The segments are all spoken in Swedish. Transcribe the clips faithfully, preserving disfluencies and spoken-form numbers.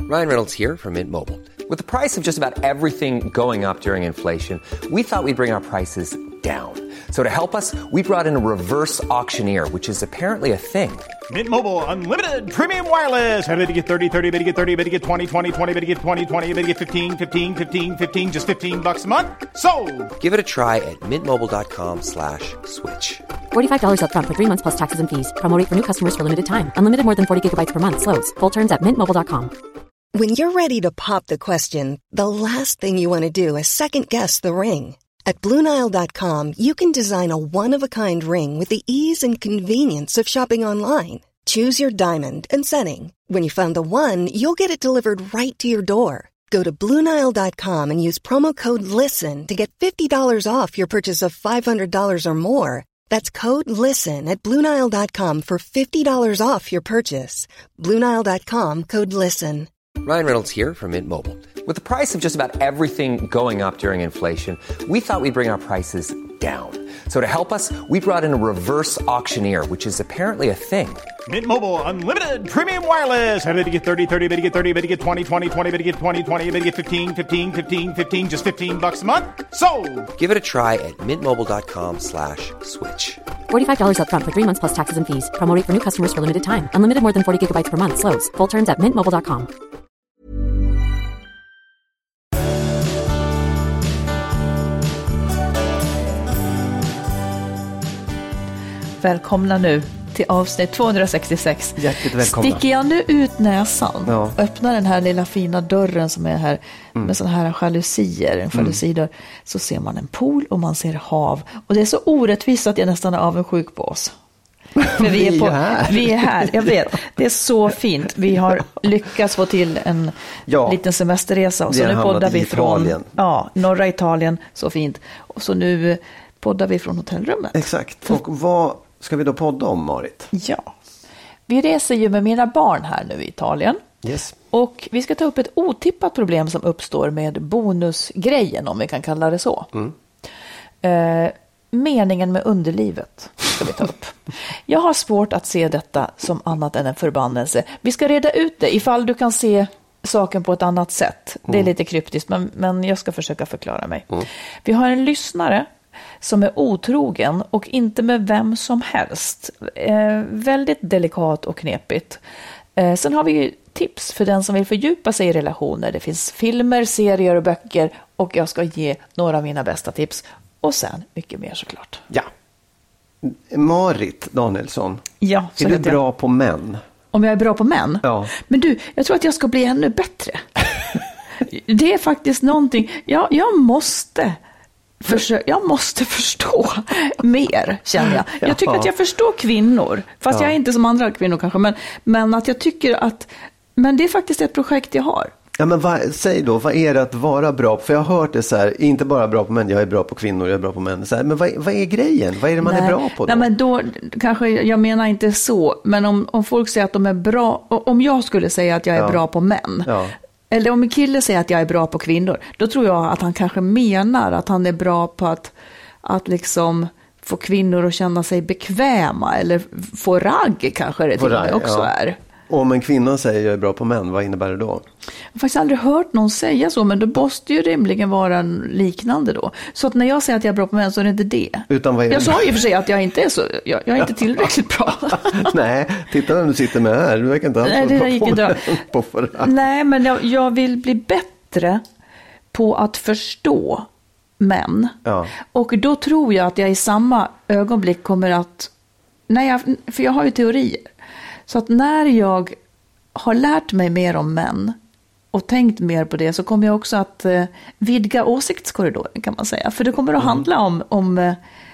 Ryan Reynolds here from Mint Mobile. With the price of just about everything going up during inflation, we thought we'd bring our prices down. So to help us, we brought in a reverse auctioneer, which is apparently a thing. Mint Mobile Unlimited Premium Wireless. How to get thirty, thirty, how to get thirty, how to get twenty, twenty, twenty, how to get twenty, twenty, how to get fifteen, fifteen, fifteen, fifteen, just fifteen bucks a month? Sold! Give it a try at mintmobile.com slash switch. forty-five dollars up front for three months plus taxes and fees. Promo rate for new customers for limited time. Unlimited more than forty gigabytes per month. Slows full terms at mint mobile dot com. When you're ready to pop the question, the last thing you want to do is second-guess the ring. At Blue Nile dot com, you can design a one-of-a-kind ring with the ease and convenience of shopping online. Choose your diamond and setting. When you find the one, you'll get it delivered right to your door. Go to Blue Nile dot com and use promo code LISTEN to get fifty dollars off your purchase of five hundred dollars or more. That's code LISTEN at Blue Nile dot com for fifty dollars off your purchase. Blue Nile dot com, code LISTEN. Ryan Reynolds here from Mint Mobile. With the price of just about everything going up during inflation, we thought we'd bring our prices down. So to help us, we brought in a reverse auctioneer, which is apparently a thing. Mint Mobile Unlimited Premium Wireless. How to get thirty, thirty, how to get thirty, how to get twenty, twenty, twenty, how to get twenty, twenty, how to get fifteen, fifteen, fifteen, fifteen, just fifteen bucks a month? Sold! Give it a try at mintmobile.com slash switch. forty-five dollars up front for three months plus taxes and fees. Promo rate for new customers for limited time. Unlimited more than forty gigabytes per month. Slows full terms at mint mobile dot com. Välkomna nu till avsnitt tvåhundrasextiosex. Hjärtligt välkomna. Sticker jag nu ut näsan, ja. öppnar den här lilla fina dörren som är här mm. med sådana här jalusier, en jalusidörr, mm. så ser man en pool och man ser hav. Och det är så orättvist att jag nästan är avundsjuk på oss. För vi är, på, vi är här. Vi är här, jag vet. Det är så fint. Vi har lyckats få till en ja. liten semesterresa. Och så nu poddar vi från ja, norra Italien, så fint. Och så nu poddar vi från hotellrummet. Exakt. Och vad ska vi då podda om, Marit? Ja, vi reser ju med mina barn här nu i Italien. Yes. Och vi ska ta upp ett otippat problem som uppstår med bonusgrejen, om vi kan kalla det så. Mm. Eh, meningen med underlivet ska vi ta upp. Jag har svårt att se detta som annat än en förbannelse. Vi ska reda ut det ifall du kan se saken på ett annat sätt. Det är mm. lite kryptiskt, men, men jag ska försöka förklara mig. Mm. Vi har en lyssnare som är otrogen och inte med vem som helst. Eh, väldigt delikat och knepigt. Eh, sen har vi ju tips för den som vill fördjupa sig i relationer. Det finns filmer, serier och böcker, och jag ska ge några av mina bästa tips. Och sen mycket mer såklart. Ja. Marit Danielsson. Ja, så är du bra jag. på män? Om jag är bra på män? Ja. Men du, jag tror att jag ska bli ännu bättre. Det är faktiskt någonting. Ja, jag måste... Försök, jag måste förstå mer, känner jag. Jag tycker att jag förstår kvinnor, fast ja. jag är inte som andra kvinnor kanske, men, men att jag tycker att, men det är faktiskt ett projekt jag har. Ja, men vad, säg då, vad är det att vara bra på? För jag har hört det så här, inte bara bra på män, jag är bra på kvinnor, jag är bra på män. Så här, men vad, vad är grejen? Vad är det man nej, är bra på då? Nej, men då kanske, jag menar inte så, men om, om folk säger att de är bra, om jag skulle säga att jag är ja. bra på män, ja. eller om en kille säger att jag är bra på kvinnor, då tror jag att han kanske menar att han är bra på att, att liksom få kvinnor att känna sig bekväma, eller få ragg kanske det till ragg, också ja. är. Och om en kvinna säger jag är bra på män, vad innebär det då? Jag har faktiskt aldrig hört någon säga så, men det måste ju rimligen vara en liknande då. Så att när jag säger att jag är bra på män så är det inte det. Utan vad är jag det? sa ju för sig att jag inte är så, jag, jag är inte tillräckligt bra. Nej, titta vem du sitter med här. Du verkar inte alls Nej, det gick inte på för Nej, men jag, jag vill bli bättre på att förstå män. Ja. Och då tror jag att jag i samma ögonblick kommer att, nej, jag, för jag har ju teorier. Så att när jag har lärt mig mer om män och tänkt mer på det, så kommer jag också att eh, vidga åsiktskorridoren, kan man säga. För det kommer att mm. handla om, om eh,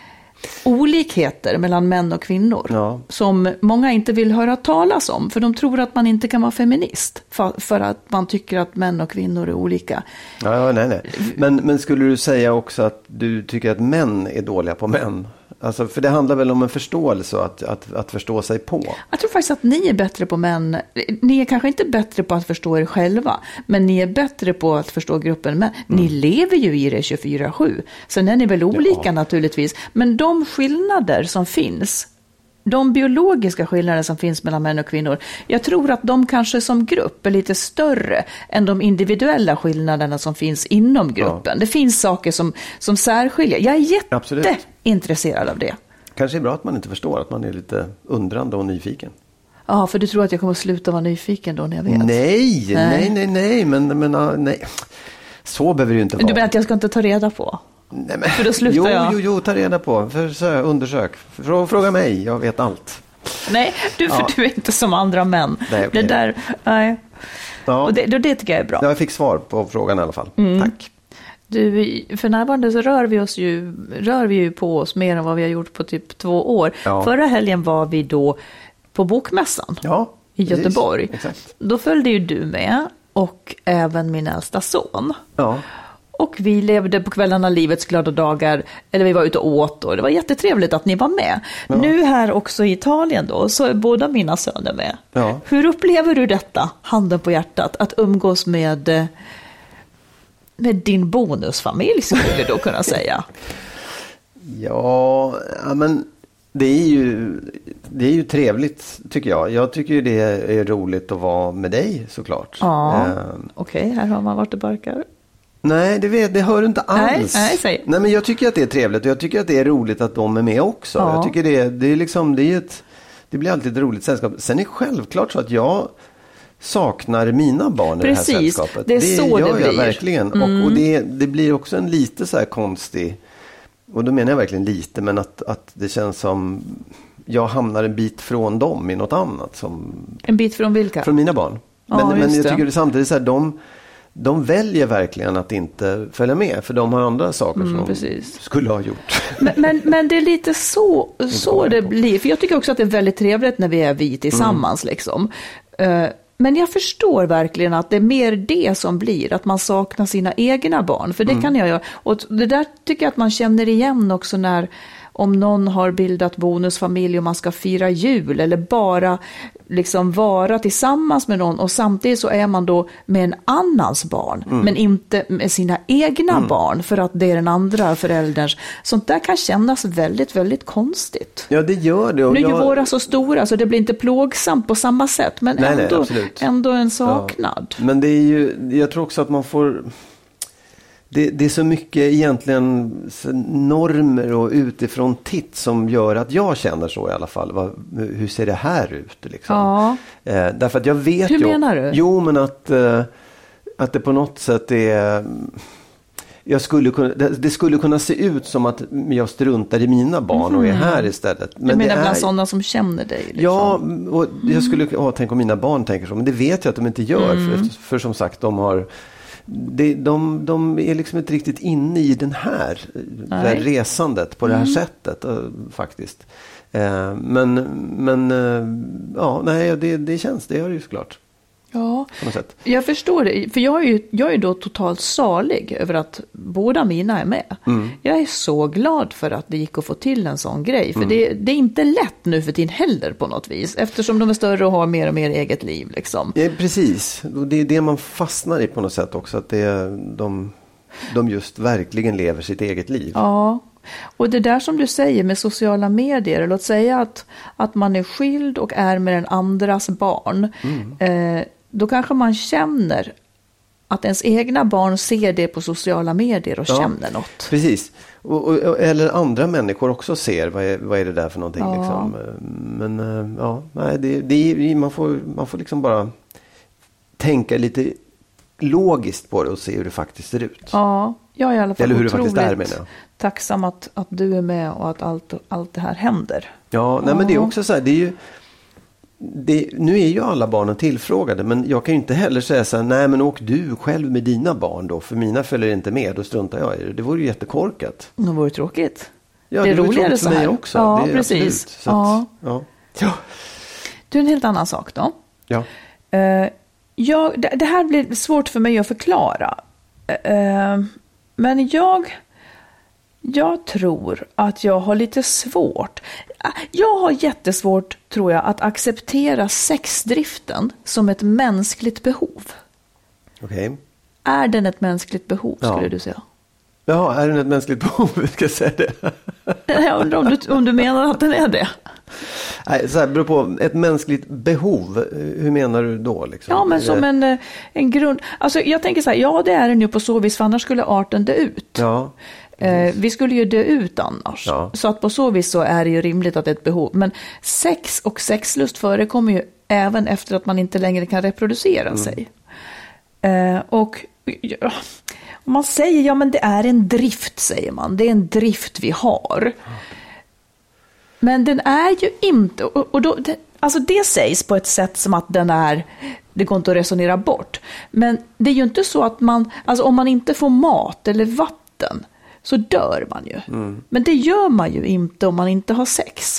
olikheter mellan män och kvinnor. Ja. Som många inte vill höra talas om. För de tror att man inte kan vara feminist. För, för att man tycker att män och kvinnor är olika. Ja, nej, nej. Men, men skulle du säga också att du tycker att män är dåliga på män? Alltså, för det handlar väl om en förståelse, att, att, att förstå sig på. Jag tror faktiskt att ni är bättre på män. Ni är kanske inte bättre på att förstå er själva, men ni är bättre på att förstå gruppen män. Mm. Ni lever ju i det tjugofyra sju. Sen är ni väl olika ja. naturligtvis. Men de skillnader som finns de biologiska skillnader som finns mellan män och kvinnor, jag tror att de kanske som grupp är lite större än de individuella skillnaderna som finns inom gruppen. Ja. Det finns saker som, som särskiljer. Jag är jätteintresserad av det. Kanske är bra att man inte förstår, att man är lite undrande och nyfiken. Ja, för du tror att jag kommer att sluta vara nyfiken då när jag vet? Nej, nej, nej, nej, men, men nej. Så behöver det ju inte vara. Du menar att jag ska inte ta reda på? Nej, men, för då slutar jo, jag. Jo, jo, ta reda på. För, så, undersök. Fråga, fråga mig, jag vet allt. Nej, du, för ja. du är inte som andra män. Nej, okay. Det där, nej. Ja. Och det, det tycker jag är bra. Jag fick svar på frågan i alla fall. Mm. Tack. Du, för närvarande så rör vi oss ju, rör vi ju på oss mer än vad vi har gjort på typ två år. Ja. Förra helgen var vi då på bokmässan ja, i Göteborg. Exakt. Då följde ju du med och även min äldsta son. Ja. Och vi levde på kvällarna livets glada dagar, eller vi var ute och åt och det var jättetrevligt att ni var med. Ja. Nu här också i Italien då, så är båda mina söner med. Ja. Hur upplever du detta, handen på hjärtat, att umgås med, med din bonusfamilj, skulle vi då kunna säga? Ja, men det är ju, det är ju trevligt tycker jag. Jag tycker ju det är roligt att vara med dig såklart. Ja, um, okej, okay, här har man varit och barkar. Nej, det, vet, det hör du inte alls. Nej, nej, nej, men jag tycker att det är trevligt och jag tycker att det är roligt att de är med också. Ja. Jag tycker det, det är liksom, det är ett, det blir alltid ett roligt sällskap. Sen är det självklart så att jag saknar mina barn. Precis, i det här sällskapet. Det är det så gör det blir. Jag verkligen. Mm. Och, och det, det blir också en lite så här konstig, och då menar jag verkligen lite, men att, att det känns som jag hamnar en bit från dem i något annat. Som, en bit från vilka? Från mina barn. Ja, men men jag det. tycker det samtidigt så här, de De väljer verkligen att inte följa med. För de har andra saker mm, som precis. de skulle ha gjort. Men, men, men det är lite så, så det blir. För jag tycker också att det är väldigt trevligt när vi är vi tillsammans. Mm. Liksom. Uh, men jag förstår verkligen att det är mer det som blir. Att man saknar sina egna barn. För det mm. kan jag göra. Och det där tycker jag att man känner igen också när... Om någon har bildat bonusfamilj och man ska fira jul eller bara liksom vara tillsammans med någon och samtidigt så är man då med en annans barn mm. men inte med sina egna mm. barn för att det är den andra förälderns. Sånt där kan kännas väldigt, väldigt konstigt. Ja, det gör det. Och nu är jag... ju våra så stora så det blir inte plågsamt på samma sätt men nej, ändå, nej, ändå en saknad. Ja. Men det är ju, jag tror också att man får... Det, det är så mycket egentligen normer och utifrån titt som gör att jag känner så i alla fall. Vad, hur ser det här ut? Liksom? Ja. Eh, därför att jag vet hur ju... menar du? Jo, men att, eh, att det på något sätt är... Jag skulle kunna, det, det skulle kunna se ut som att jag struntar i mina barn mm. och är här istället. Men du menar det bland är... sådana som känner dig? Liksom. Ja, och jag skulle... Åh, tänk om mina barn tänker så. Men det vet jag att de inte gör. Mm. För, för som sagt, de har... Det, de, de är liksom inte riktigt inne i den här, det här resandet på det här mm. sättet uh, faktiskt. Uh, men men uh, ja, nej, det, det känns, det gör det ju såklart. Ja, jag förstår det. För jag är ju jag är då totalt salig över att båda mina är med. Mm. Jag är så glad för att det gick att få till en sån grej. För mm. det, det är inte lätt nu för tiden heller på något vis. Eftersom de är större och har mer och mer eget liv. Liksom. Ja, precis. Och det är det man fastnar i på något sätt också. Att det, de, de just verkligen lever sitt eget liv. Ja. Och det där som du säger med sociala medier. Låt säga att, att man är skild och är med en andras barn. Mm. Eh, Då kanske man känner att ens egna barn ser det på sociala medier och ja, känner något. Precis. Och, och, eller andra människor också ser vad är, vad är det där för någonting. Ja. Liksom. Men ja, nej, det, det, man, får, man får liksom bara tänka lite logiskt på det och se hur det faktiskt ser ut. Ja, jag är i alla fall eller hur otroligt det faktiskt är, tacksam att, att du är med och att allt, allt det här händer. Ja, nej, ja. Men det är också så här, det är ju Det, nu är ju alla barnen tillfrågade, men jag kan ju inte heller säga så här, nej men åk du själv med dina barn då, för mina följer inte med, då struntar jag i det. Det vore ju jättekorkat. Det vore tråkigt. Ja, det är det roligare så här. Mig också. Ja, det är precis. Absolut, så att, ja. Ja. Du, en helt annan sak då. Ja. Uh, jag, det, det här blir svårt för mig att förklara. Uh, men jag... Jag tror att jag har lite svårt. Jag har jättesvårt, tror jag, att acceptera sexdriften som ett mänskligt behov. Okej. Okay. Är den ett mänskligt behov, skulle ja. du säga? Ja, är den ett mänskligt behov? Ska jag säga det? Jag undrar om du, om du menar att den är det. Nej, så här, beror på ett mänskligt behov. Hur menar du då? Liksom? Ja, men som en, en grund. Alltså jag tänker så här, ja det är det nu på så vis, för annars skulle arten dö ut. Ja. Eh, vi skulle ju dö ut annars. Ja. Så att på så vis så är det ju rimligt att det är ett behov. Men sex och sexlust förekommer ju även efter att man inte längre kan reproducera mm. sig. Eh, och ja, om man säger, ja men det är en drift, säger man. Det är en drift vi har. Men den är ju inte, och, och då, det, alltså det sägs på ett sätt som att den är, det går inte att resonera bort. Men det är ju inte så att man, alltså om man inte får mat eller vatten så dör man ju. Mm. Men det gör man ju inte om man inte har sex.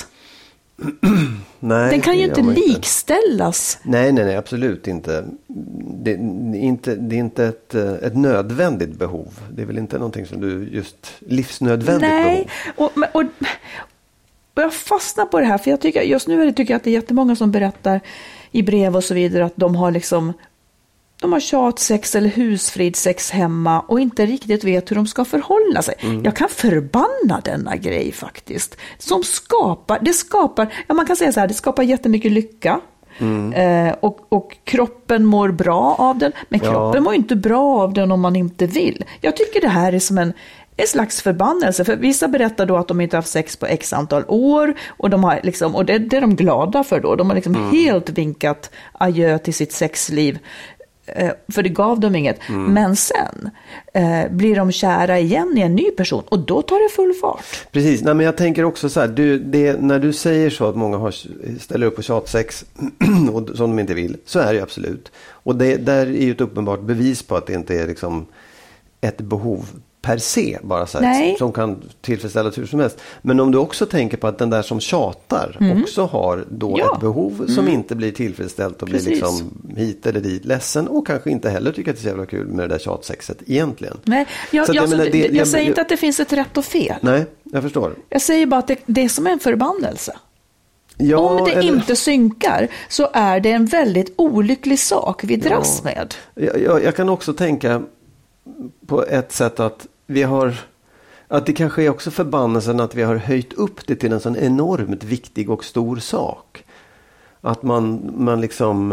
Nej, den kan ju inte likställas. Nej, nej, nej, absolut inte. Det, det, är inte, det är inte ett, ett nödvändigt behov. Det är väl inte någonting som du just livsnödvändigt nej, behov. Nej, och, och, och jag fastnar på det här. För jag tycker, just nu är det, tycker jag att det är jättemånga som berättar i brev och så vidare att de har liksom de har tjatsex eller husfridsex hemma och inte riktigt vet hur de ska förhålla sig. Mm. Jag kan förbanna denna grej faktiskt. Som skapar, det skapar, ja man kan säga så här, det skapar jättemycket lycka. Mm. Eh, och, och kroppen mår bra av den. Men kroppen ja. mår inte bra av den om man inte vill. Jag tycker det här är som en en slags förbannelse. För vissa berättar då att de inte har haft sex på x antal år. Och, de har liksom, och det, det är de glada för då. De har liksom mm. helt vinkat adjö till sitt sexliv. För det gav dem inget. Mm. Men sen eh, blir de kära igen i en ny person. Och då tar det full fart. Precis, nej, men jag tänker också så här. Du, det, när du säger så att många har, ställer upp på tjatsex och, som de inte vill. Så är det absolut. Och det där är ju ett uppenbart bevis på att det inte är liksom ett behov per se, bara så här, som kan tillfredsställas hur som helst. Men om du också tänker på att den där som tjatar mm. också har då ja. ett behov som mm. inte blir tillfredsställt och Precis. blir liksom hit eller dit ledsen och kanske inte heller tycker att det är så jävla kul med det där tjatsexet egentligen. Nej, jag, jag, jag, menar, det, jag, jag säger jag, inte att det finns ett rätt och fel. Nej, jag förstår. Jag säger bara att det, det är som en förbannelse. Ja, om det eller... inte synkar så är det en väldigt olycklig sak vi dras ja. med. Jag, jag, jag kan också tänka på ett sätt att vi har, att det kanske är också förbannelsen att vi har höjt upp det till en sån enormt viktig och stor sak. Att man, man liksom,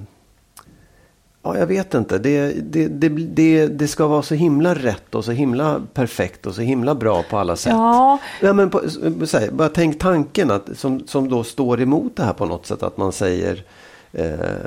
ja jag vet inte, det, det, det, det, det ska vara så himla rätt och så himla perfekt och så himla bra på alla sätt. Ja. Ja men på, så här, bara tänk tanken att, som, som då står emot det här på något sätt, att man säger eh,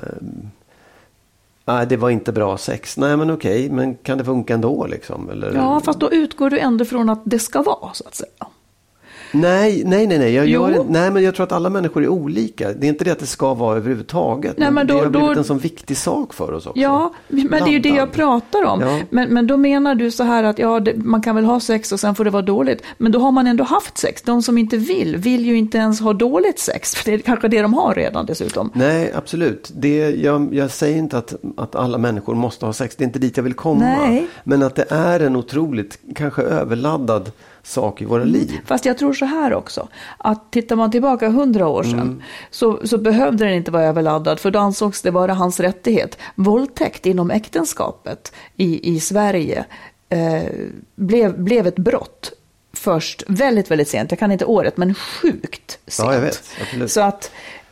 nej, det var inte bra sex. Nej, men okej. Men kan det funka ändå liksom? Eller? Ja, fast då utgår du ändå från att det ska vara, så att säga. Nej, nej, nej. nej. Jag, gör, nej men jag tror att alla människor är olika. Det är inte det att det ska vara överhuvudtaget. Nej, men då, det har blivit då, en sån viktig sak för oss också. Ja, men det är ju det jag pratar om. Ja. Men, men då menar du så här att ja, det, man kan väl ha sex och sen får det vara dåligt. Men då har man ändå haft sex. De som inte vill, vill ju inte ens ha dåligt sex. För det är kanske det de har redan dessutom. Nej, absolut. Det, jag, jag säger inte att, att alla människor måste ha sex. Det är inte dit jag vill komma. Nej. Men att det är en otroligt, kanske överladdad sak i våra liv. Fast jag tror så här också, att tittar man tillbaka hundra år sedan mm. så, så behövde den inte vara överladdad, för då ansågs det vara hans rättighet. Våldtäkt inom äktenskapet i, i Sverige eh, blev, blev ett brott först väldigt, väldigt sent. Jag kan inte året, men sjukt sent. Ja, jag vet. Absolut. Så att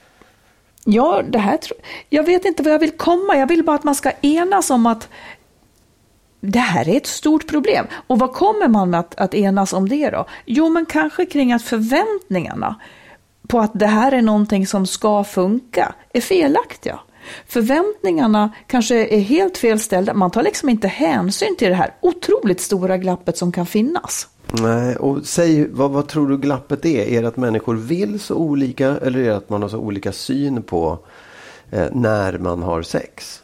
ja, det här tro, jag vet inte vad jag vill komma. Jag vill bara att man ska enas om att det här är ett stort problem. Och vad kommer man med att, att enas om det då? Jo, men kanske kring att förväntningarna på att det här är någonting som ska funka är felaktiga. Förväntningarna kanske är helt felställda. Man tar liksom inte hänsyn till det här otroligt stora glappet som kan finnas. Nej, och säg, vad, vad tror du glappet är? Är det att människor vill så olika, eller är det att man har så olika syn på eh, när man har sex?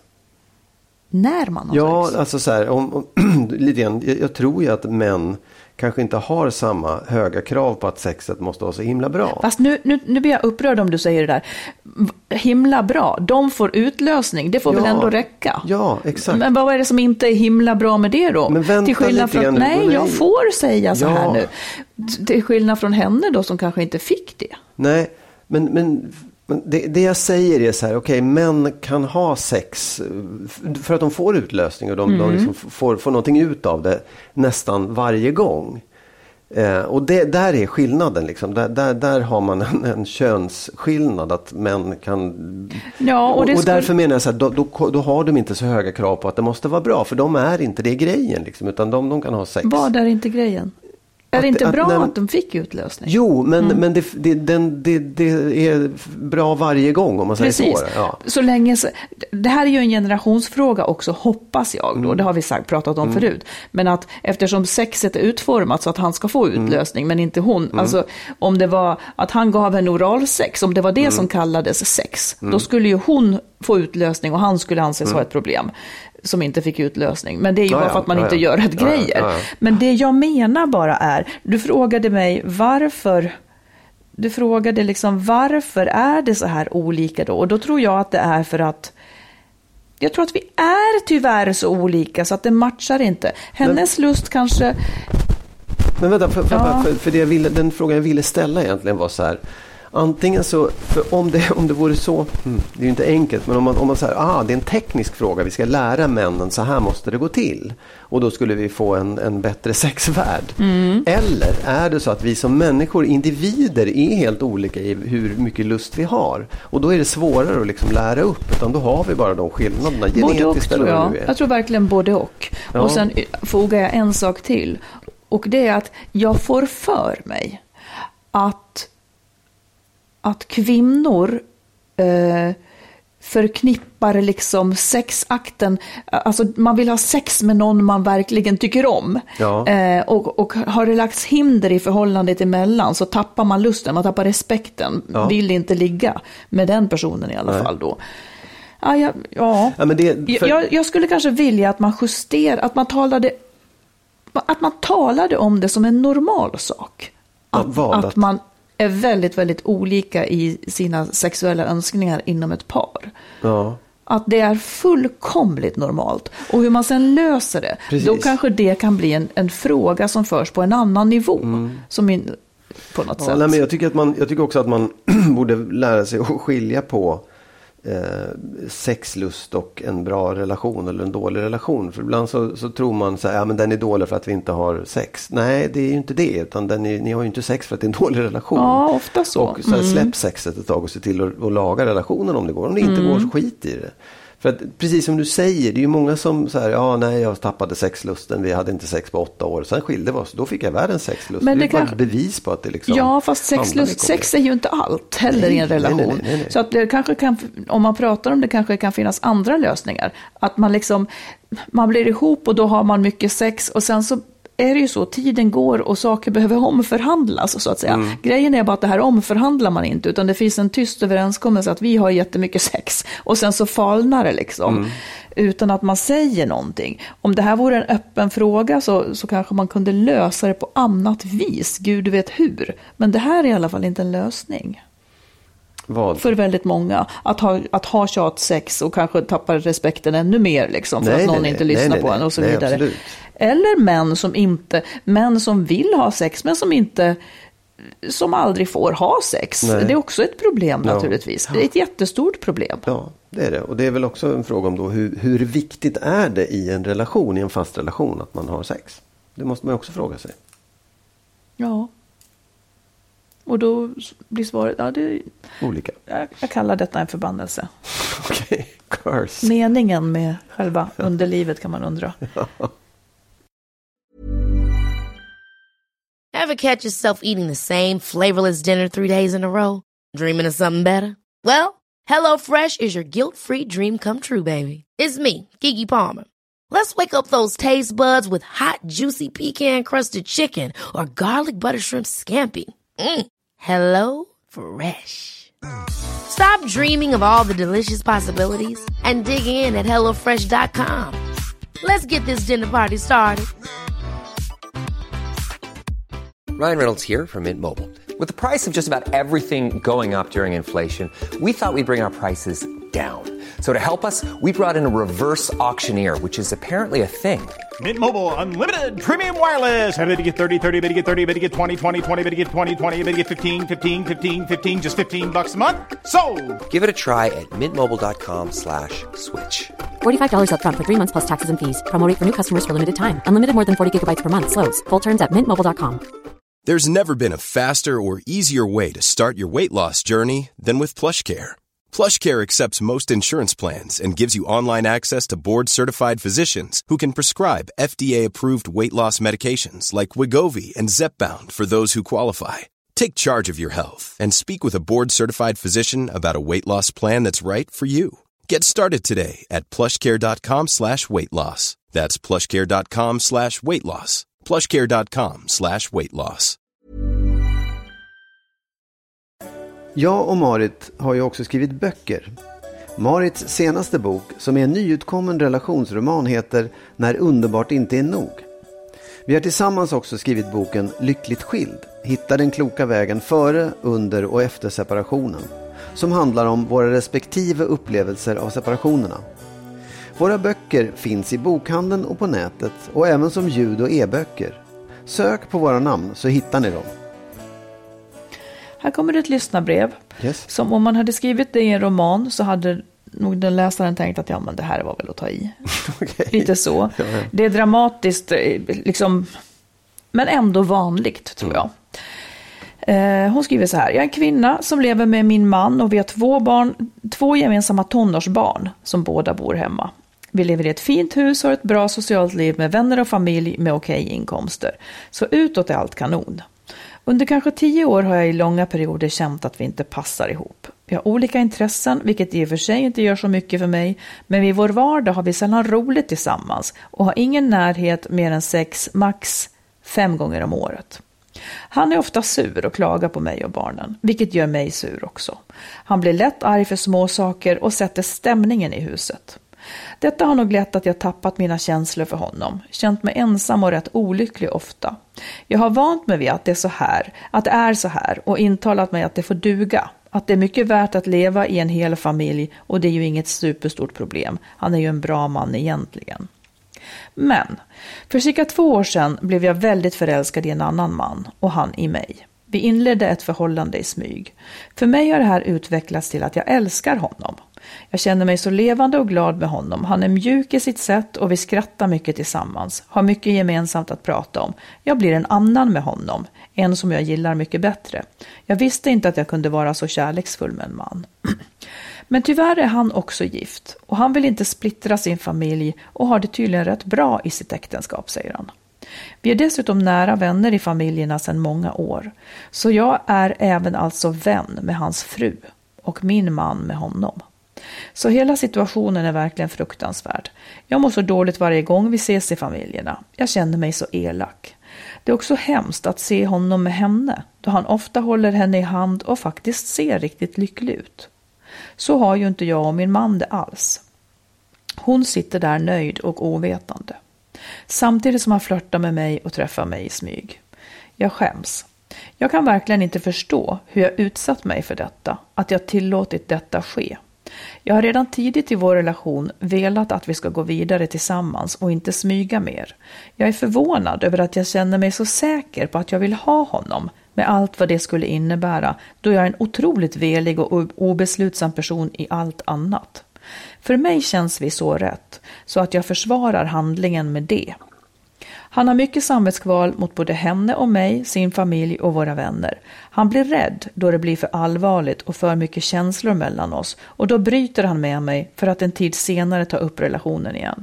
När man har ja, sex? Ja, alltså så här, om, om, lite grann, jag, jag tror ju att män kanske inte har samma höga krav på att sexet måste vara så himla bra. Fast nu, nu, nu blir jag upprörd om du säger det där. Himla bra, de får utlösning, det får ja, väl ändå räcka. Ja, exakt. Men vad är det som inte är himla bra med det då? Men vänta till skillnad från, lite nej, jag får säga så ja. här nu. Till skillnad från henne då som kanske inte fick det. Nej, men... men Men det, det jag säger är så här, okej, okay, män kan ha sex för att de får utlösning och de, mm. de liksom får, får någonting ut av det nästan varje gång. Eh, och det, där är skillnaden liksom. Där, där, där har man en, en könsskillnad att män kan... Ja, och, det och, och skulle... därför menar jag så här, då, då, då har de inte så höga krav på att det måste vara bra. För de är inte det grejen liksom, utan de, de kan ha sex. Vad är inte grejen? Är Att, det inte att, bra att, att de fick utlösning? Jo, men, mm. men det, det, den, det, det är bra varje gång om man säger Precis. så. Ja. Så länge, det här är ju en generationsfråga också, hoppas jag. Då. Mm. Det har vi sagt, pratat om mm. förut. Men att eftersom sexet är utformat så att han ska få utlösning, mm. men inte hon. Mm. Alltså om det var att han gav en oralsex, om det var det mm. som kallades sex, mm. då skulle ju hon få utlösning och han skulle anses mm. ha ett problem som inte fick utlösning. Men det är ju ja, bara för att man ja, inte ja. gör rätt ja, grejer. Ja, ja. Men det jag menar bara är, du frågade mig varför, du frågade liksom varför är det så här olika då? Och då tror jag att det är för att jag tror att vi är tyvärr så olika så att det matchar inte. Hennes men, lust kanske... Men vänta, för, för, ja. för, för det jag ville, den frågan jag ville ställa egentligen var så här. Antingen så, för om det, om det vore så, hmm, det är ju inte enkelt, men om man, om man säger, ah, det är en teknisk fråga, vi ska lära männen, så här måste det gå till. Och då skulle vi få en, en bättre sexvärld. Mm. Eller är det så att vi som människor, individer, är helt olika i hur mycket lust vi har. Och då är det svårare att liksom lära upp, utan då har vi bara de skillnaderna genetiskt. Både och, tror jag. Jag tror verkligen både och. Ja. Och sen fogar jag en sak till. Och det är att jag får för mig att att kvinnor eh, förknippar liksom sexakten, alltså man vill ha sex med någon man verkligen tycker om. Ja. Eh, och, och har det lagts hinder i förhållandet emellan så tappar man lusten, man tappar respekten, ja. Vill inte ligga med den personen i alla Nej. Fall då. Ja, ja, ja. ja men det, för... jag, jag skulle kanske vilja att man justerar, att man talade att man talade om det som en normal sak. Att, ja, att man är väldigt, väldigt olika i sina sexuella önskningar inom ett par. Ja. Att det är fullkomligt normalt. Och hur man sen löser det, Precis. Då kanske det kan bli en, en fråga som förs på en annan nivå. Mm. Som in, på något ja, sätt. Nej, men jag, tycker att man, jag tycker också att man borde lära sig att skilja på eh, sexlust och en bra relation eller en dålig relation. För ibland så, så tror man så här, ja, men den är dålig för att vi inte har sex. Nej, det är ju inte det, utan den är, ni har ju inte sex för att det är en dålig relation. Ja, ofta så. Och så här, mm. släpp sexet ett tag och se till att, att laga relationen om det går. Om det inte mm. går, så skit i det. För att precis som du säger, det är ju många som så här, ja nej jag tappade sexlusten, vi hade inte sex på åtta år, sen skilde vi oss, då fick jag världens sexlust. Men det, det är bara ett bevis på att det liksom... Ja, fast sexlust, sex är ju inte allt heller nej, i en relation. Nej, nej, nej, nej. Så att det kanske kan, om man pratar om det kanske kan finnas andra lösningar. Att man liksom, man blir ihop och då har man mycket sex och sen så är det ju så, tiden går och saker behöver omförhandlas så att säga. Mm. Grejen är bara att det här omförhandlar man inte, utan det finns en tyst överenskommelse att vi har jättemycket sex och sen så falnar det liksom. Mm. Utan att man säger någonting. Om det här vore en öppen fråga så, så kanske man kunde lösa det på annat vis. Gud vet hur. Men det här är i alla fall inte en lösning. Vad? För väldigt många. Att ha, att ha tjatsex och kanske tappa respekten ännu mer liksom, för nej, att någon nej, inte nej, lyssnar nej, på nej, en och så nej, vidare. Absolut. Eller män som inte, män som vill ha sex men som inte, som aldrig får ha sex. Nej. Det är också ett problem ja. Naturligtvis. Det är ett jättestort problem. Ja, det är det. Och det är väl också en fråga om då hur, hur viktigt är det i en relation, i en fast relation, att man har sex? Det måste man också fråga sig. Ja. Och då blir svaret, ja det är... Olika. Jag, jag kallar detta en förbannelse. Okej, okay. Curse. Meningen med själva underlivet kan man undra. Ja. Ever catch yourself eating the same flavorless dinner three days in a row? Dreaming of something better? Well, HelloFresh is your guilt-free dream come true, baby. It's me, Keke Palmer. Let's wake up those taste buds with hot, juicy pecan-crusted chicken or garlic butter shrimp scampi. Mm. Hello Fresh. Stop dreaming of all the delicious possibilities and dig in at hello fresh dot com. Let's get this dinner party started. Ryan Reynolds here from Mint Mobile. With the price of just about everything going up during inflation, we thought we'd bring our prices down. So to help us, we brought in a reverse auctioneer, which is apparently a thing. Mint Mobile Unlimited Premium Wireless. How to get thirty, thirty, how to get thirty, how to get twenty, twenty, twenty, how to get twenty, twenty, how to get fifteen, fifteen, fifteen, fifteen, just fifteen bucks a month? Sold! Give it a try at mintmobile.com slash switch. forty-five dollars up front for three months plus taxes and fees. Promo rate for new customers for limited time. Unlimited more than forty gigabytes per month. Slows full terms at mint mobile dot com. There's never been a faster or easier way to start your weight loss journey than with PlushCare. PlushCare accepts most insurance plans and gives you online access to board-certified physicians who can prescribe F D A-approved weight loss medications like Wegovy and Zepbound for those who qualify. Take charge of your health and speak with a board-certified physician about a weight loss plan that's right for you. Get started today at plushcare.com slash weight loss. That's plushcare.com slash weight loss. plushcare.com slash weight loss. Jag och Marit har ju också skrivit böcker. Marits senaste bok, som är en nyutkommen relationsroman, heter När underbart inte är nog. Vi har tillsammans också skrivit boken Lyckligt skild. Hitta den kloka vägen före, under och efter separationen. Som handlar om våra respektive upplevelser av separationerna. Våra böcker finns i bokhandeln och på nätet och även som ljud- och e-böcker. Sök på våra namn så hittar ni dem. Här kommer det ett lyssnarbrev. Yes. Som om man hade skrivit det i en roman så hade nog den läsaren tänkt att ja, men det här var väl att ta i. Okay. Lite så. Ja, ja. Det är dramatiskt, liksom, men ändå vanligt, tror jag. Eh, hon skriver så här: jag är en kvinna som lever med min man och vi har två barn, två gemensamma tonårsbarn som båda bor hemma. Vi lever i ett fint hus och har ett bra socialt liv med vänner och familj med okej inkomster. Så utåt är allt kanon. Under kanske tio år har jag i långa perioder känt att vi inte passar ihop. Vi har olika intressen, vilket i och för sig inte gör så mycket för mig, men i vår vardag har vi sällan roligt tillsammans och har ingen närhet mer än sex, max fem gånger om året. Han är ofta sur och klagar på mig och barnen, vilket gör mig sur också. Han blir lätt arg för små saker och sätter stämningen i huset. Detta har nog lett att jag tappat mina känslor för honom, känt mig ensam och rätt olycklig ofta. Jag har vant mig vid att det är så här, att det är så här och intalat mig att det får duga. Att det är mycket värt att leva i en hel familj och det är ju inget superstort problem. Han är ju en bra man egentligen. Men för cirka två år sedan blev jag väldigt förälskad i en annan man och han i mig. Vi inledde ett förhållande i smyg. För mig har det här utvecklats till att jag älskar honom. Jag känner mig så levande och glad med honom. Han är mjuk i sitt sätt och vi skrattar mycket tillsammans. Har mycket gemensamt att prata om. Jag blir en annan med honom. En som jag gillar mycket bättre. Jag visste inte att jag kunde vara så kärleksfull med en man. Men tyvärr är han också gift. Och han vill inte splittra sin familj och har det tydligen rätt bra i sitt äktenskap, säger han. Vi är dessutom nära vänner i familjerna sedan många år. Så jag är även alltså vän med hans fru och min man med honom. Så hela situationen är verkligen fruktansvärd. Jag mår så dåligt varje gång vi ses i familjerna. Jag känner mig så elak. Det är också hemskt att se honom med henne, då han ofta håller henne i hand och faktiskt ser riktigt lycklig ut. Så har ju inte jag och min man det alls. Hon sitter där nöjd och ovetande. Samtidigt som han flörtar med mig och träffar mig i smyg. Jag skäms. Jag kan verkligen inte förstå hur jag utsatt mig för detta, att jag tillåtit detta ske. Jag har redan tidigt i vår relation velat att vi ska gå vidare tillsammans och inte smyga mer. Jag är förvånad över att jag känner mig så säker på att jag vill ha honom med allt vad det skulle innebära, då jag är en otroligt velig och obeslutsam person i allt annat. För mig känns vi så rätt, så att jag försvarar handlingen med det. Han har mycket samvetskval mot både henne och mig, sin familj och våra vänner. Han blir rädd då det blir för allvarligt och för mycket känslor mellan oss. Och då bryter han med mig för att en tid senare ta upp relationen igen.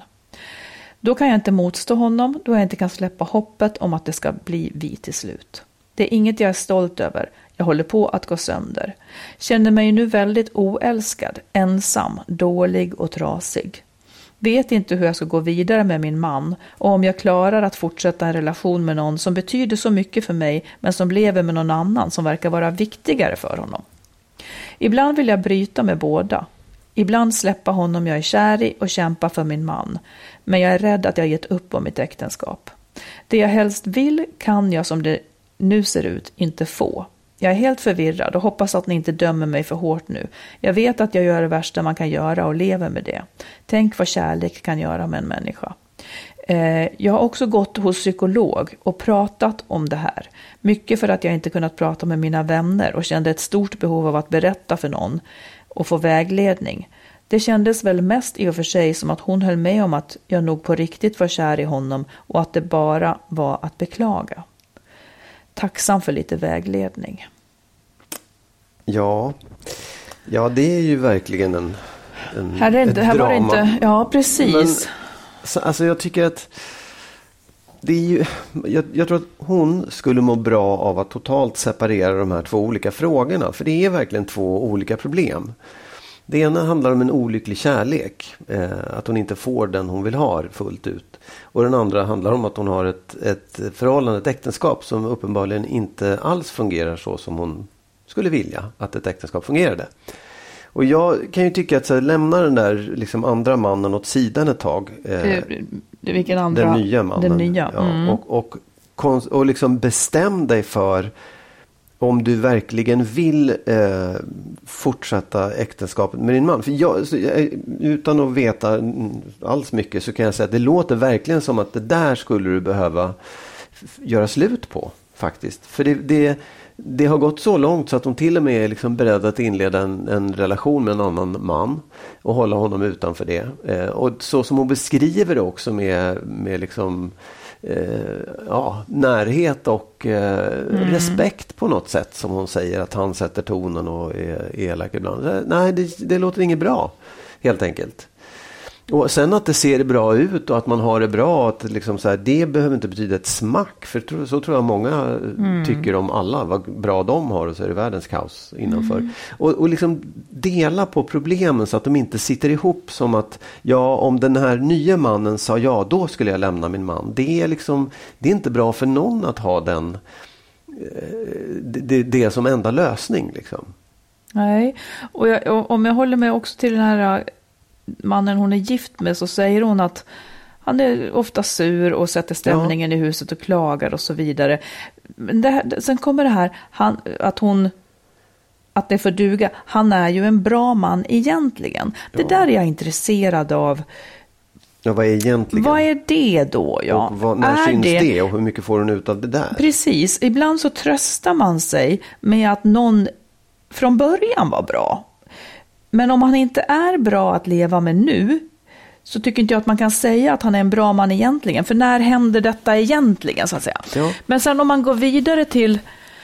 Då kan jag inte motstå honom, då jag inte kan släppa hoppet om att det ska bli vi till slut. Det är inget jag är stolt över. Jag håller på att gå sönder. Känner mig nu väldigt oälskad, ensam, dålig och trasig. Vet inte hur jag ska gå vidare med min man och om jag klarar att fortsätta en relation med någon som betyder så mycket för mig men som lever med någon annan som verkar vara viktigare för honom. Ibland vill jag bryta med båda. Ibland släppa honom jag är kär i och kämpa för min man. Men jag är rädd att jag gett upp om mitt äktenskap. Det jag helst vill kan jag som det nu ser ut inte få. Jag är helt förvirrad och hoppas att ni inte dömer mig för hårt nu. Jag vet att jag gör det värsta man kan göra och lever med det. Tänk vad kärlek kan göra med en människa. Eh, jag har också gått hos psykolog och pratat om det här. Mycket för att jag inte kunnat prata med mina vänner och kände ett stort behov av att berätta för någon och få vägledning. Det kändes väl mest i och för sig som att hon höll med om att jag nog på riktigt var kär i honom och att det bara var att beklaga. tacksam för lite vägledning. Ja, ja det är ju verkligen en, en här är inte, ett här drama. Var det inte, ja, precis. Men, så, alltså jag tycker att det är ju, jag, jag tror att hon skulle må bra av att totalt separera de här två olika frågorna. För det är verkligen två olika problem. Det ena handlar om en olycklig kärlek. Eh, att hon inte får den hon vill ha fullt ut. Och den andra handlar om att hon har ett, ett förhållande, ett äktenskap som uppenbarligen inte alls fungerar så som hon skulle vilja att ett äktenskap fungerade. Och jag kan ju tycka att så här, lämna den där liksom andra mannen åt sidan ett tag. Eh, Vilken andra? Den nya mannen. Den nya. Mm. Ja, och, och, konst, och liksom bestäm dig för om du verkligen vill eh, fortsätta äktenskapet med din man. För jag, så, utan att veta alls mycket så kan jag säga att det låter verkligen som att det där skulle du behöva f- göra slut på faktiskt. För det, det, det har gått så långt så att hon till och med är liksom beredd att inleda en, en relation med en annan man och hålla honom utanför det. Eh, och så som hon beskriver det också med, med liksom Eh, ja, närhet och eh, mm. respekt på något sätt som hon säger att han sätter tonen och är elak ibland. Nej, det, det låter inget bra helt enkelt. Och sen att det ser bra ut och att man har det bra, att liksom så här, det behöver inte betyda ett smack, för så tror jag många mm. tycker om alla, vad bra de har, och så är det världens kaos innanför. Mm. Och, och liksom dela på problemen så att de inte sitter ihop som att ja, om den här nya mannen sa ja, då skulle jag lämna min man. Det är liksom, det är inte bra för någon att ha den det, det, det som enda lösning liksom. Nej, och, jag, och om jag håller mig också till den här mannen hon är gift med, så säger hon att han är ofta sur och sätter stämningen ja. i huset och klagar och så vidare. Men det här, sen kommer det här han, att hon att det får duga. Han är ju en bra man egentligen. Ja. Det där är jag intresserad av. Ja, vad är egentligen? Vad är det då? Ja? Och vad, när är syns det? det och hur mycket får hon ut av det där? Precis. Ibland så tröstar man sig med att någon från början var bra. Men om han inte är bra att leva med nu, så tycker inte jag att man kan säga att han är en bra man egentligen. För när händer detta egentligen, så att säga? Ja. Men sen om man går vidare till,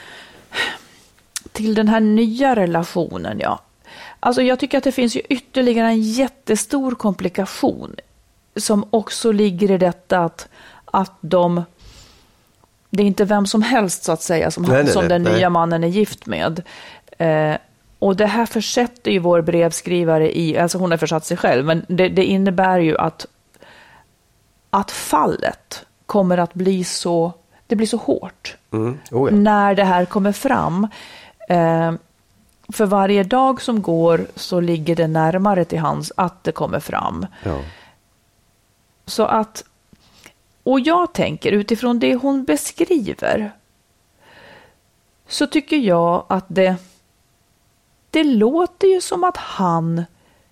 till den här nya relationen, ja. Alltså jag tycker att det finns ju ytterligare en jättestor komplikation som också ligger i detta att, att de... Det är inte vem som helst, så att säga, som, nej, han, nej, som nej, den nej. nya mannen är gift med. Eh, Och det här försätter ju vår brevskrivare i, alltså hon har försatt sig själv, men det, det innebär ju att, att fallet kommer att bli så, det blir så hårt mm. oh ja. när det här kommer fram. Eh, för varje dag som går så ligger det närmare till hands att det kommer fram. Ja. Så att, och jag tänker utifrån det hon beskriver, så tycker jag att det Det låter ju som att han,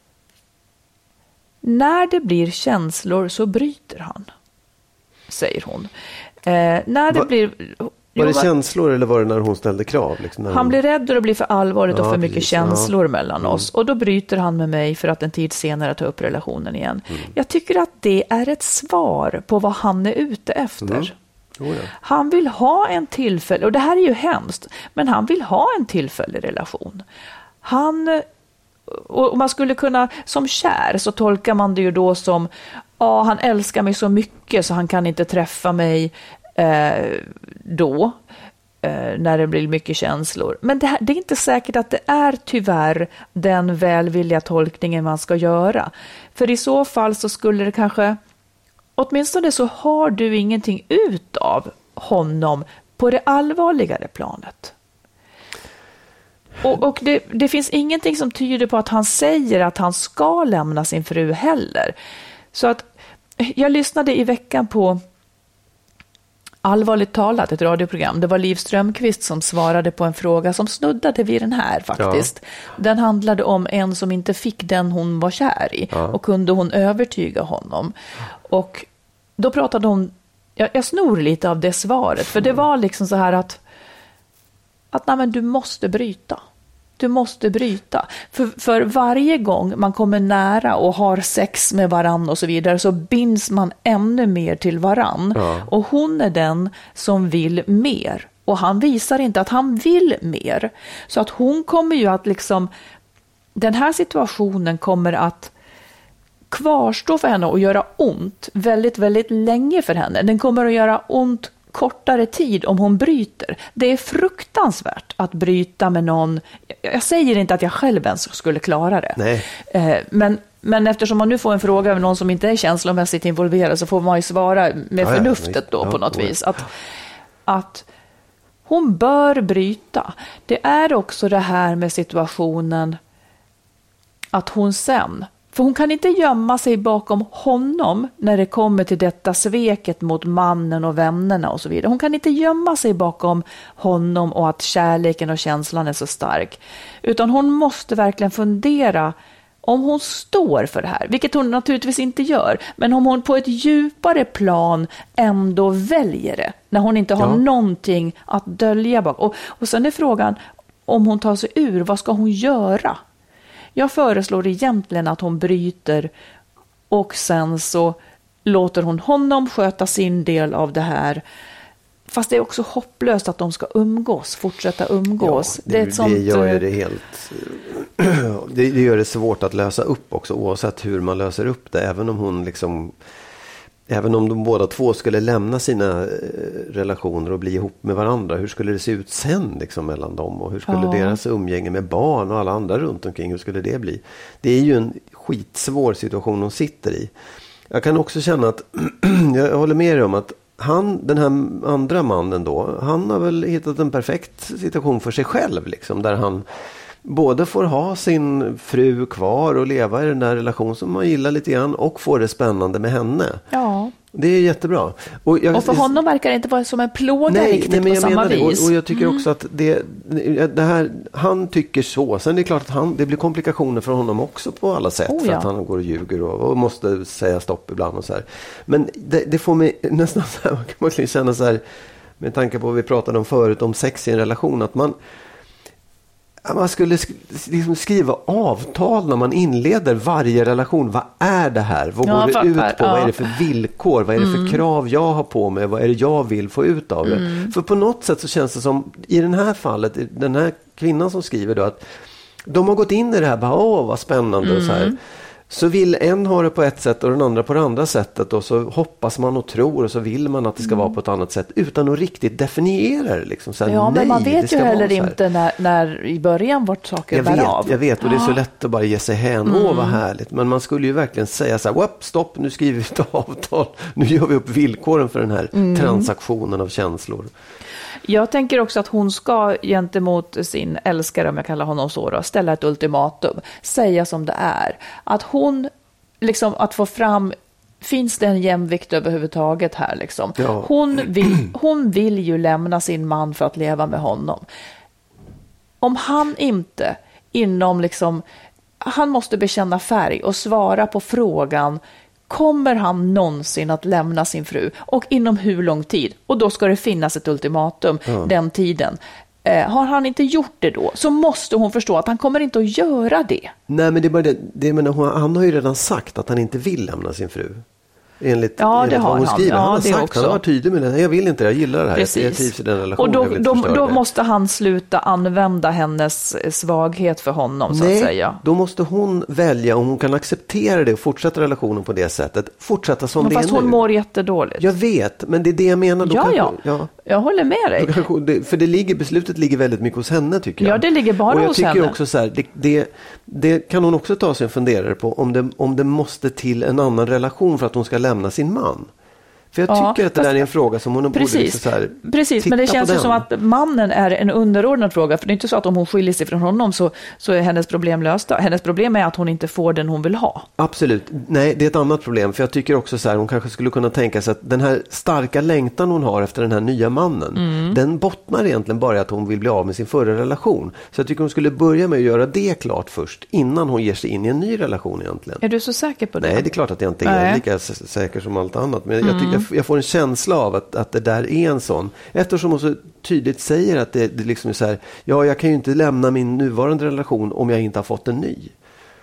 när det blir känslor så bryter han, säger hon. Eh, när det Va, blir... Var det känslor eller var det när hon ställde krav? Liksom, när han hon... blir rädd och det blir för allvarligt ja, och för mycket precis, känslor ja. mellan mm. oss. Och då bryter han med mig för att en tid senare ta upp relationen igen. Mm. Jag tycker att det är ett svar på vad han är ute efter. Mm. Oh ja. Han vill ha en tillfälle, och det här är ju hemskt, men han vill ha en tillfällig relation. Han, och man skulle kunna, som kär så tolkar man det ju då som, ja, han älskar mig så mycket så han kan inte träffa mig eh, då eh, när det blir mycket känslor. Men det, här, det är inte säkert att det är tyvärr den välvilliga tolkningen man ska göra. För i så fall så skulle det kanske, åtminstone så har du ingenting ut av honom på det allvarligare planet. Och, och det, det finns ingenting som tyder på att han säger att han ska lämna sin fru heller. Så att jag lyssnade i veckan på Allvarligt talat, ett radioprogram. Det var Liv Strömqvist som svarade på en fråga som snuddade vid den här faktiskt. Ja. Den handlade om en som inte fick den hon var kär i. Ja. Och kunde hon övertyga honom. Och då pratade hon, jag, jag snor lite av det svaret. För det var liksom så här att att nej, men du måste bryta. Du måste bryta. För, för varje gång man kommer nära och har sex med varann och så vidare, så binds man ännu mer till varann. Ja. Och hon är den som vill mer Och han visar inte att han vill mer. Så att hon kommer ju att liksom, den här situationen kommer att kvarstå för henne och göra ont väldigt, väldigt länge för henne. Den kommer att göra ont kortare tid om hon bryter. Det är fruktansvärt att bryta med någon. Jag säger inte att jag själv ens skulle klara det. Nej. Men, men eftersom man nu får en fråga av någon som inte är känslomässigt involverad, så får man ju svara med ja, förnuftet då ja, på något ja. vis. Att, att hon bör bryta. Det är också det här med situationen att hon sen, för hon kan inte gömma sig bakom honom när det kommer till detta sveket mot mannen och vännerna och så vidare. Hon kan inte gömma sig bakom honom och att kärleken och känslan är så stark. Utan hon måste verkligen fundera om hon står för det här, vilket hon naturligtvis inte gör. Men om hon på ett djupare plan ändå väljer det, när hon inte har ja. någonting att dölja bak. Och, och sen är frågan, om hon tar sig ur, vad ska hon göra? Jag föreslår egentligen att hon bryter och sen så låter hon honom sköta sin del av det här. Fast det är också hopplöst att de ska umgås, fortsätta umgås. Ja, det, det, är ett sånt, det gör det helt det, det gör det svårt att lösa upp också, oavsett hur man löser upp det. Även om hon liksom Även om de båda två skulle lämna sina relationer och bli ihop med varandra, hur skulle det se ut sen liksom mellan dem? Och hur skulle ja. deras umgänge med barn och alla andra runt omkring, hur skulle det bli? Det är ju en skitsvår situation de sitter i. Jag kan också känna att, jag håller med dig om att han, den här andra mannen då, han har väl hittat en perfekt situation för sig själv liksom, där han både får ha sin fru kvar och leva i den där relationen som man gillar lite grann och få det spännande med henne. Ja. Det är jättebra. Och, jag, och för honom verkar det inte vara som en plåga nej, riktigt nej, men på jag samma menar vis. Och, och jag tycker mm. också att det, det här, han tycker så. Sen är det klart att han, det blir komplikationer för honom också på alla sätt. Oh, ja. För att han går och ljuger och, och måste säga stopp ibland och så här. Men det, det får mig nästan så här, man kan verkligen känna så här, med tanke på vad vi pratade om förut om sex i en relation, att man Man skulle liksom skriva avtal när man inleder varje relation. Vad är det här? Vad ja, går det fattar. ut på? Ja. Vad är det för villkor? Vad är det för mm. krav jag har på mig? Vad är det jag vill få ut av det? Mm. För på något sätt så känns det som, i det här fallet, den här kvinnan som skriver då, att de har gått in i det här, bara, åh vad spännande mm. och så här. Så vill en ha det på ett sätt och den andra på det andra sättet, och så hoppas man och tror och så vill man att det ska mm. vara på ett annat sätt utan att riktigt definiera det. Liksom. Så här, ja, nej, men man vet ju heller inte när, när, när i början vart saker jag bär vet, av. Jag vet, och det är så lätt att bara ge sig hän. Mm. Åh, vad härligt. Men man skulle ju verkligen säga så här, whoop, stopp, nu skriver vi ett avtal. Nu gör vi upp villkoren för den här mm. transaktionen av känslor. Jag tänker också att hon ska gentemot sin älskare, om jag kallar honom så då, ställa ett ultimatum. Säga som det är. Att hon, liksom att få fram, finns det en jämvikt överhuvudtaget här liksom. Ja. Hon, vill, hon vill ju lämna sin man för att leva med honom. Om han inte inom liksom, han måste bekänna färg och svara på frågan, kommer han någonsin att lämna sin fru? Och inom hur lång tid? Och då ska det finnas ett ultimatum ja. den tiden. Eh, har han inte gjort det då, så måste hon förstå att han kommer inte att göra det. Nej, men det är bara det, det menar, hon, han har ju redan sagt att han inte vill lämna sin fru. Enligt, ja, enligt det har hon han. skriver. Ja, han har det sagt, också. Han har varit tydlig med det. Jag vill inte det, jag gillar det här. Precis. Jag trivs i den relationen. Och då, då, då det. måste han sluta använda hennes svaghet för honom. Så Nej, att säga. Då måste hon välja om hon kan acceptera det och fortsätta relationen på det sättet. Fortsätta som men det är fast nu. hon mår jättedåligt. Jag vet, men det är det jag menar. Då ja, kanske, ja, ja. Jag håller med dig. Kanske, det, för det ligger, beslutet ligger väldigt mycket hos henne, tycker jag. Ja, det ligger bara och jag hos tycker henne. Också så här, det, det, det kan hon också ta sig en funderare på. Om det, om det måste till en annan relation för att hon ska lämna sin man. För jag ja, tycker att det där är en fråga som hon precis, borde liksom så här, precis, men det känns ju som att mannen är en underordnad fråga. För det är inte så att om hon skiljer sig från honom så, så är hennes problem lösta. Hennes problem är att hon inte får den hon vill ha. Absolut. Nej, det är ett annat problem. För jag tycker också så här, hon kanske skulle kunna tänka sig att den här starka längtan hon har efter den här nya mannen, mm. den bottnar egentligen bara i att hon vill bli av med sin förra relation. Så jag tycker hon skulle börja med att göra det klart först, innan hon ger sig in i en ny relation egentligen. Är du så säker på det? Nej, det är klart att jag inte är Nej. lika säker som allt annat. Men mm. jag, tycker, jag, jag får en känsla av att, att det där är en sån. Eftersom hon så tydligt säger att det, det liksom är så här, ja, jag kan ju inte lämna min nuvarande relation om jag inte har fått en ny.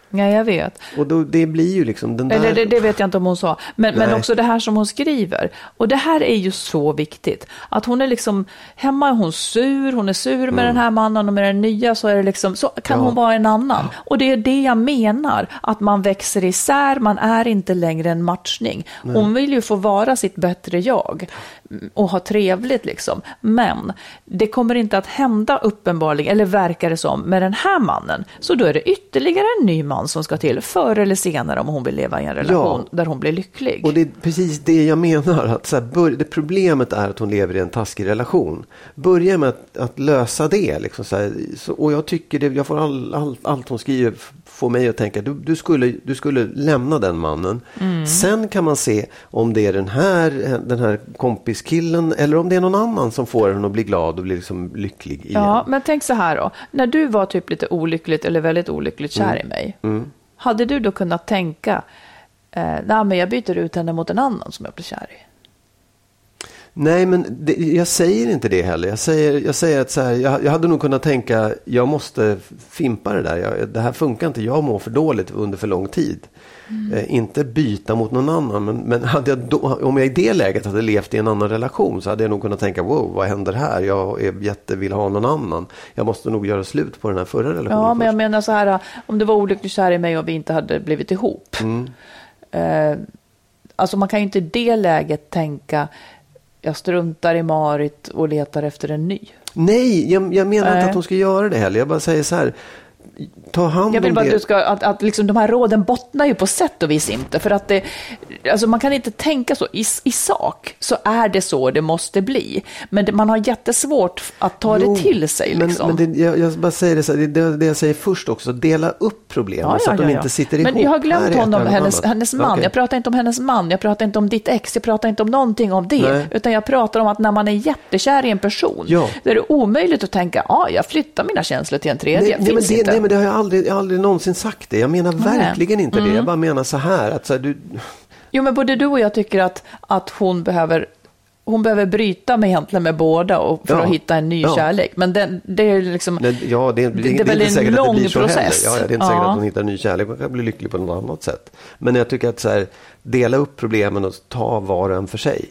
Ja, jag vet. Och då, det blir ju liksom den där... Eller det, det vet jag inte om hon sa. Men, men också det här som hon skriver. Och det här är ju så viktigt. Att hon är liksom, hemma är hon sur, hon är sur med mm. den här mannen och med den nya så är det liksom, så kan ja. hon vara en annan. Och det är det jag menar. Att man växer isär, man är inte längre en matchning. Nej. Hon vill ju få vara sitt bättre jag. Och ha trevligt liksom. Men det kommer inte att hända uppenbarligen, eller verkar det som, med den här mannen. Så då är det ytterligare en ny man som ska till förr eller senare om hon vill leva i en relation ja. där hon blir lycklig. Och det är precis det jag menar. Att så här, bör, det problemet är att hon lever i en taskig relation. Börja med att, att lösa det. Liksom, så här, så, och jag tycker det, jag får all, all, allt hon skriver får mig att tänka du, du, skulle, du skulle lämna den mannen. Mm. Sen kan man se om det är den här, den här kompiskillen eller om det är någon annan som får henne att bli glad och bli liksom lycklig igen. Ja, men tänk så här då. När du var typ lite olyckligt eller väldigt olyckligt kär mm. i mig. Mm. Hade du då kunnat tänka eh, nej men jag byter ut henne mot en annan som jag blir kär i? Nej, men det, jag säger inte det heller. Jag säger, jag säger att så här, jag, jag hade nog kunnat tänka, jag måste fimpa det där. Jag, det här funkar inte, jag mår för dåligt under för lång tid. Mm. Eh, inte byta mot någon annan. Men, men hade jag då, om jag i det läget hade levt i en annan relation så hade jag nog kunnat tänka, wow, vad händer här? Jag är jätte, vill ha någon annan. Jag måste nog göra slut på den här förra relationen. Ja, men jag först. menar så här, om det var olyckligt kär i mig och vi inte hade blivit ihop. Mm. Eh, alltså man kan ju inte i det läget tänka, jag struntar i Marit och letar efter en ny. Nej, jag, jag menar äh. inte att hon ska göra det heller. Jag bara säger så här, ta hand om jag vill bara det. Att, du ska, att, att liksom de här råden bottnar ju på sätt och vis inte. För att det, alltså man kan inte tänka så. I, i sak så är det så det måste bli. Men det, man har jättesvårt att ta jo, det till sig. Liksom. Men, men det, jag, jag bara säger det så här, det, det jag säger först också. Dela upp problemen ja, ja, så att ja, de ja. inte sitter ihop. Men jag har glömt honom, hennes, hennes man. Okay. Jag pratar inte om hennes man. Jag pratar inte om ditt ex. Jag pratar inte om någonting om det. Nej. Utan jag pratar om att när man är jättekär i en person. Ja. Då är det omöjligt att tänka, ja ah, jag flyttar mina känslor till en tredje. Nej, nej, men, det, nej men det har jag aldrig, jag har aldrig någonsin sagt det. Jag menar nej. verkligen inte mm. det. Jag bara menar så här. Att så här, du... Jo, men både du och jag tycker att, att hon behöver hon behöver bryta med egentligen med båda och för ja. att hitta en ny ja. kärlek. Men det, det är liksom det, ja, det, det, det, det är väl en lång process. Ja, det är inte ja. säkert att hon hittar en ny kärlek. Man kan bli lycklig på något annat sätt. Men jag tycker att så här, dela upp problemen och ta var och en för sig.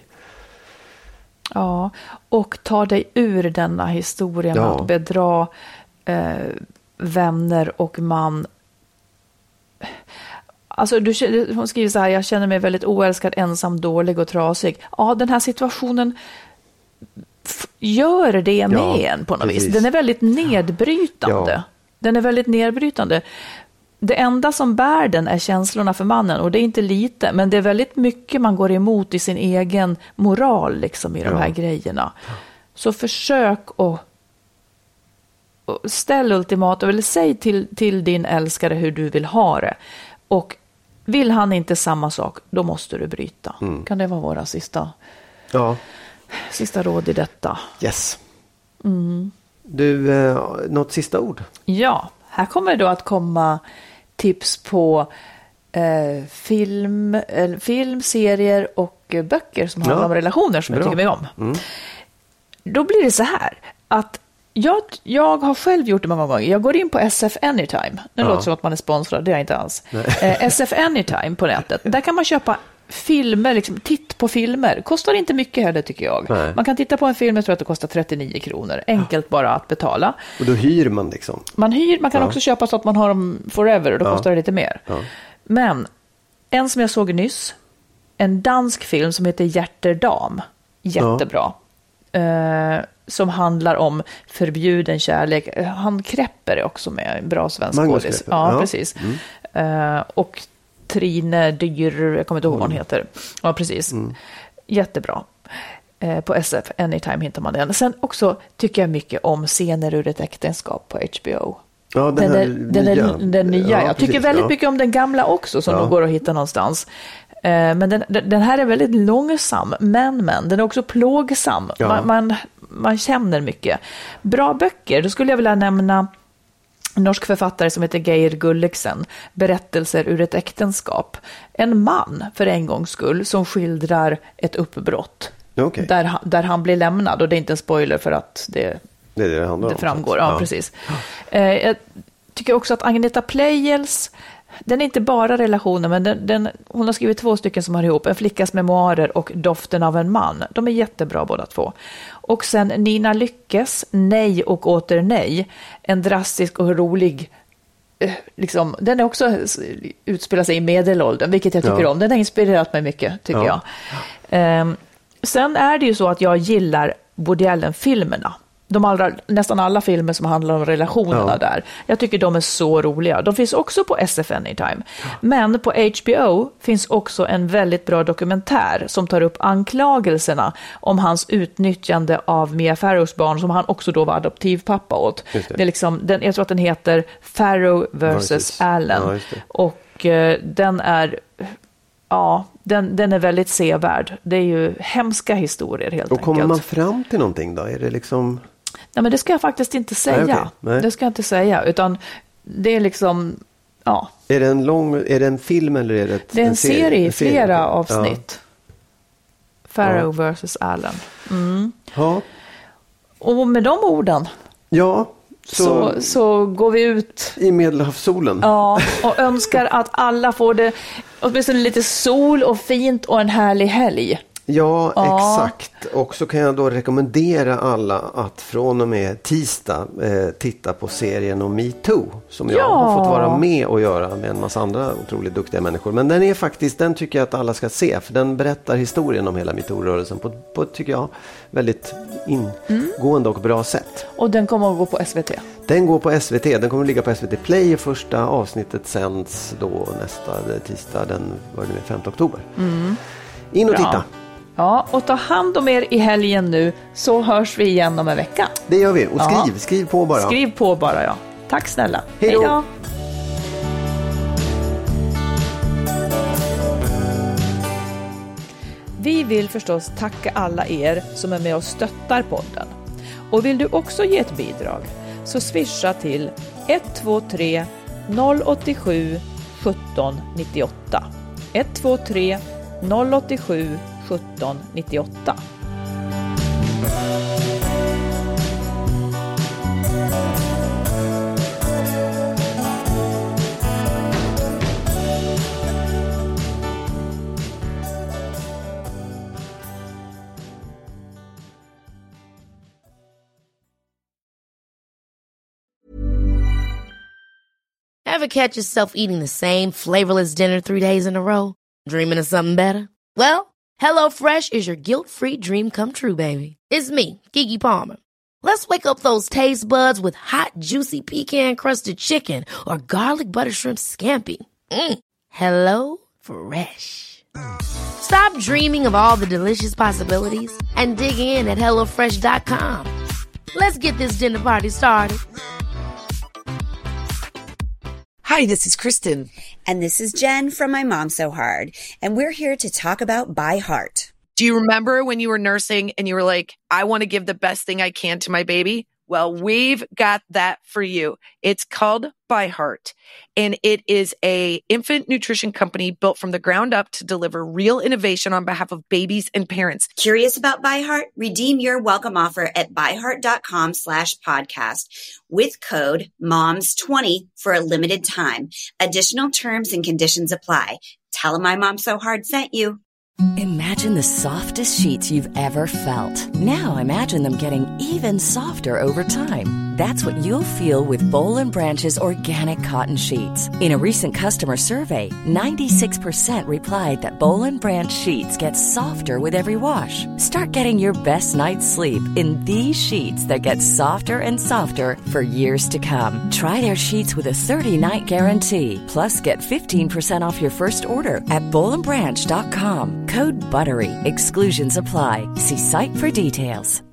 Ja, och ta dig ur denna historia med ja. att bedra eh, vänner och man. Alltså du, hon skriver så här, jag känner mig väldigt oälskad, ensam, dålig och trasig. Ja, den här situationen f- gör det med ja, en på något precis. vis. Den är väldigt nedbrytande. Ja. Den är väldigt nedbrytande. Det enda som bär den är känslorna för mannen, och det är inte lite, men det är väldigt mycket man går emot i sin egen moral liksom i ja. de här grejerna. Så försök att ställ ultimatum, eller säg till, till din älskare hur du vill ha det. Och vill han inte samma sak, då måste du bryta. Mm. Kan det vara våra sista, ja. sista råd i detta? Yes. Mm. Du, eh, något sista ord? Ja, här kommer det då att komma tips på eh, film, eh, film, serier och eh, böcker som handlar ja. om relationer som Bra. jag tycker mig om. Mm. Då blir det så här att Jag, jag har själv gjort det många gånger. Jag går in på S F Anytime. Nu ja. låter det som att man är sponsrad, det är jag inte alls. Eh, S F Anytime på nätet. Där kan man köpa filmer, liksom, titt på filmer. Kostar inte mycket heller tycker jag. Nej. Man kan titta på en film, jag tror att det kostar trettionio kronor. Enkelt bara att betala. Och då hyr man liksom? Man hyr, man kan ja. också köpa så att man har dem forever och då ja. kostar det lite mer. Ja. Men en som jag såg nyss, en dansk film som heter Hjärterdam. Jättebra. Ja. Eh, som handlar om förbjuden kärlek. Han Krepper är också med, bra svensk skådis. Ja, ja, precis. Mm. Uh, och Trine Dyr, jag kommer inte ihåg vad hon heter. Ja, precis. Mm. Jättebra. Uh, på S F Anytime hittar man den. Sen också tycker jag mycket om Scener ur ett äktenskap på H B O. Ja, den, den, är, den, nya. Är, den nya. Ja, jag tycker precis, väldigt ja. mycket om den gamla också som ja. nog går att hitta någonstans. Men den, den här är väldigt långsam, men, men den är också plågsam. Ja. Man, man, man känner mycket. Bra böcker, då skulle jag vilja nämna en norsk författare som heter Geir Gulliksen, Berättelser ur ett äktenskap. En man, för en gångs skull, som skildrar ett uppbrott. Okay. Där, där han blir lämnad, och det är inte en spoiler för att det, det, är det, det framgår. Ja, ja. precis. Ja. Jag tycker också att Agneta Pleijels den är inte bara relationer, men den, den, hon har skrivit två stycken som har ihop. En flickas memoarer och Doften av en man. De är jättebra båda två. Och sen Nina Lyckes Nej och åter nej. En drastisk och rolig, liksom, den är också utspelar sig i medelåldern, vilket jag tycker ja. om. Den har inspirerat mig mycket, tycker ja. jag. Um, sen är det ju så att jag gillar Woody Allen-filmerna. De allra, nästan alla filmer som handlar om relationerna ja. där. Jag tycker de är så roliga. De finns också på S F Anytime. Ja. Men på H B O finns också en väldigt bra dokumentär som tar upp anklagelserna om hans utnyttjande av Mia Farrows barn, som han också då var adoptivpappa åt. Det. Det är liksom, den, jag tror att den heter Farrow versus, versus. Allen. Ja, och eh, den är... Ja, den, den är väldigt sevärd. Det är ju hemska historier helt enkelt. Och kommer man fram till någonting då? Är det liksom... Nej, men det ska jag faktiskt inte säga. Nej, okay. Nej. Det ska jag inte säga, utan det är liksom, ja. Är det en lång, är det en film eller är det ett, det är en, en serie? serie, en serie flera serie. avsnitt. Ja. Farrow ja. versus Allen. Mm. Ja. Och med de orden. Ja. Så, så, så går vi ut i Medelhavssolen. Ja, och önskar att alla får det åtminstone lite sol och fint och en härlig helg. Ja, ja, exakt. Och så kan jag då rekommendera alla att från och med tisdag eh, titta på serien om Me Too, som jag ja. har fått vara med och göra med en massa andra otroligt duktiga människor. Men den är faktiskt, den tycker jag att alla ska se, för den berättar historien om hela Me Too-rörelsen på, på tycker jag, väldigt ingående och bra sätt. Och den kommer att gå på S V T? Den går på S V T, den kommer att ligga på S V T Play. Första avsnittet sänds då nästa tisdag, den var det nu femte oktober. Mm. In och bra. Titta. Ja, och ta hand om er i helgen nu, så hörs vi igen om en vecka. Det gör vi, och skriv, ja. skriv på bara. Skriv på bara, ja. Tack snälla. Hej då. Vi vill förstås tacka alla er som är med och stöttar podden. Och vill du också ge ett bidrag, så swisha till ett två tre noll åtta sju sjutton nittioåtta. ett två tre noll åtta sju sjutton nittioåtta. Ever catch yourself eating the same flavorless dinner three days in a row? Dreaming of something better? Well, HelloFresh is your guilt-free dream come true, baby. It's me, Keke Palmer. Let's wake up those taste buds with hot, juicy pecan-crusted chicken or garlic butter shrimp scampi. Mm. Hello Fresh. Stop dreaming of all the delicious possibilities and dig in at hello fresh dot com. Let's get this dinner party started. Hi, this is Kristen. And this is Jen from My Mom So Hard. And we're here to talk about By Heart. Do you remember when you were nursing and you were like, I want to give the best thing I can to my baby? Well, we've got that for you. It's called By Heart, and it is a infant nutrition company built from the ground up to deliver real innovation on behalf of babies and parents. Curious about By Heart? Redeem your welcome offer at byheart.com slash podcast with code moms twenty for a limited time. Additional terms and conditions apply. Tell them My Mom So Hard sent you. Imagine the softest sheets you've ever felt. Now imagine them getting even softer over time. That's what you'll feel with Boll and Branch's organic cotton sheets. In a recent customer survey, ninety-six percent replied that Boll and Branch sheets get softer with every wash. Start getting your best night's sleep in these sheets that get softer and softer for years to come. Try their sheets with a thirty-night guarantee. Plus, get fifteen percent off your first order at boll and branch dot com. Code BUTTERY. Exclusions apply. See site for details.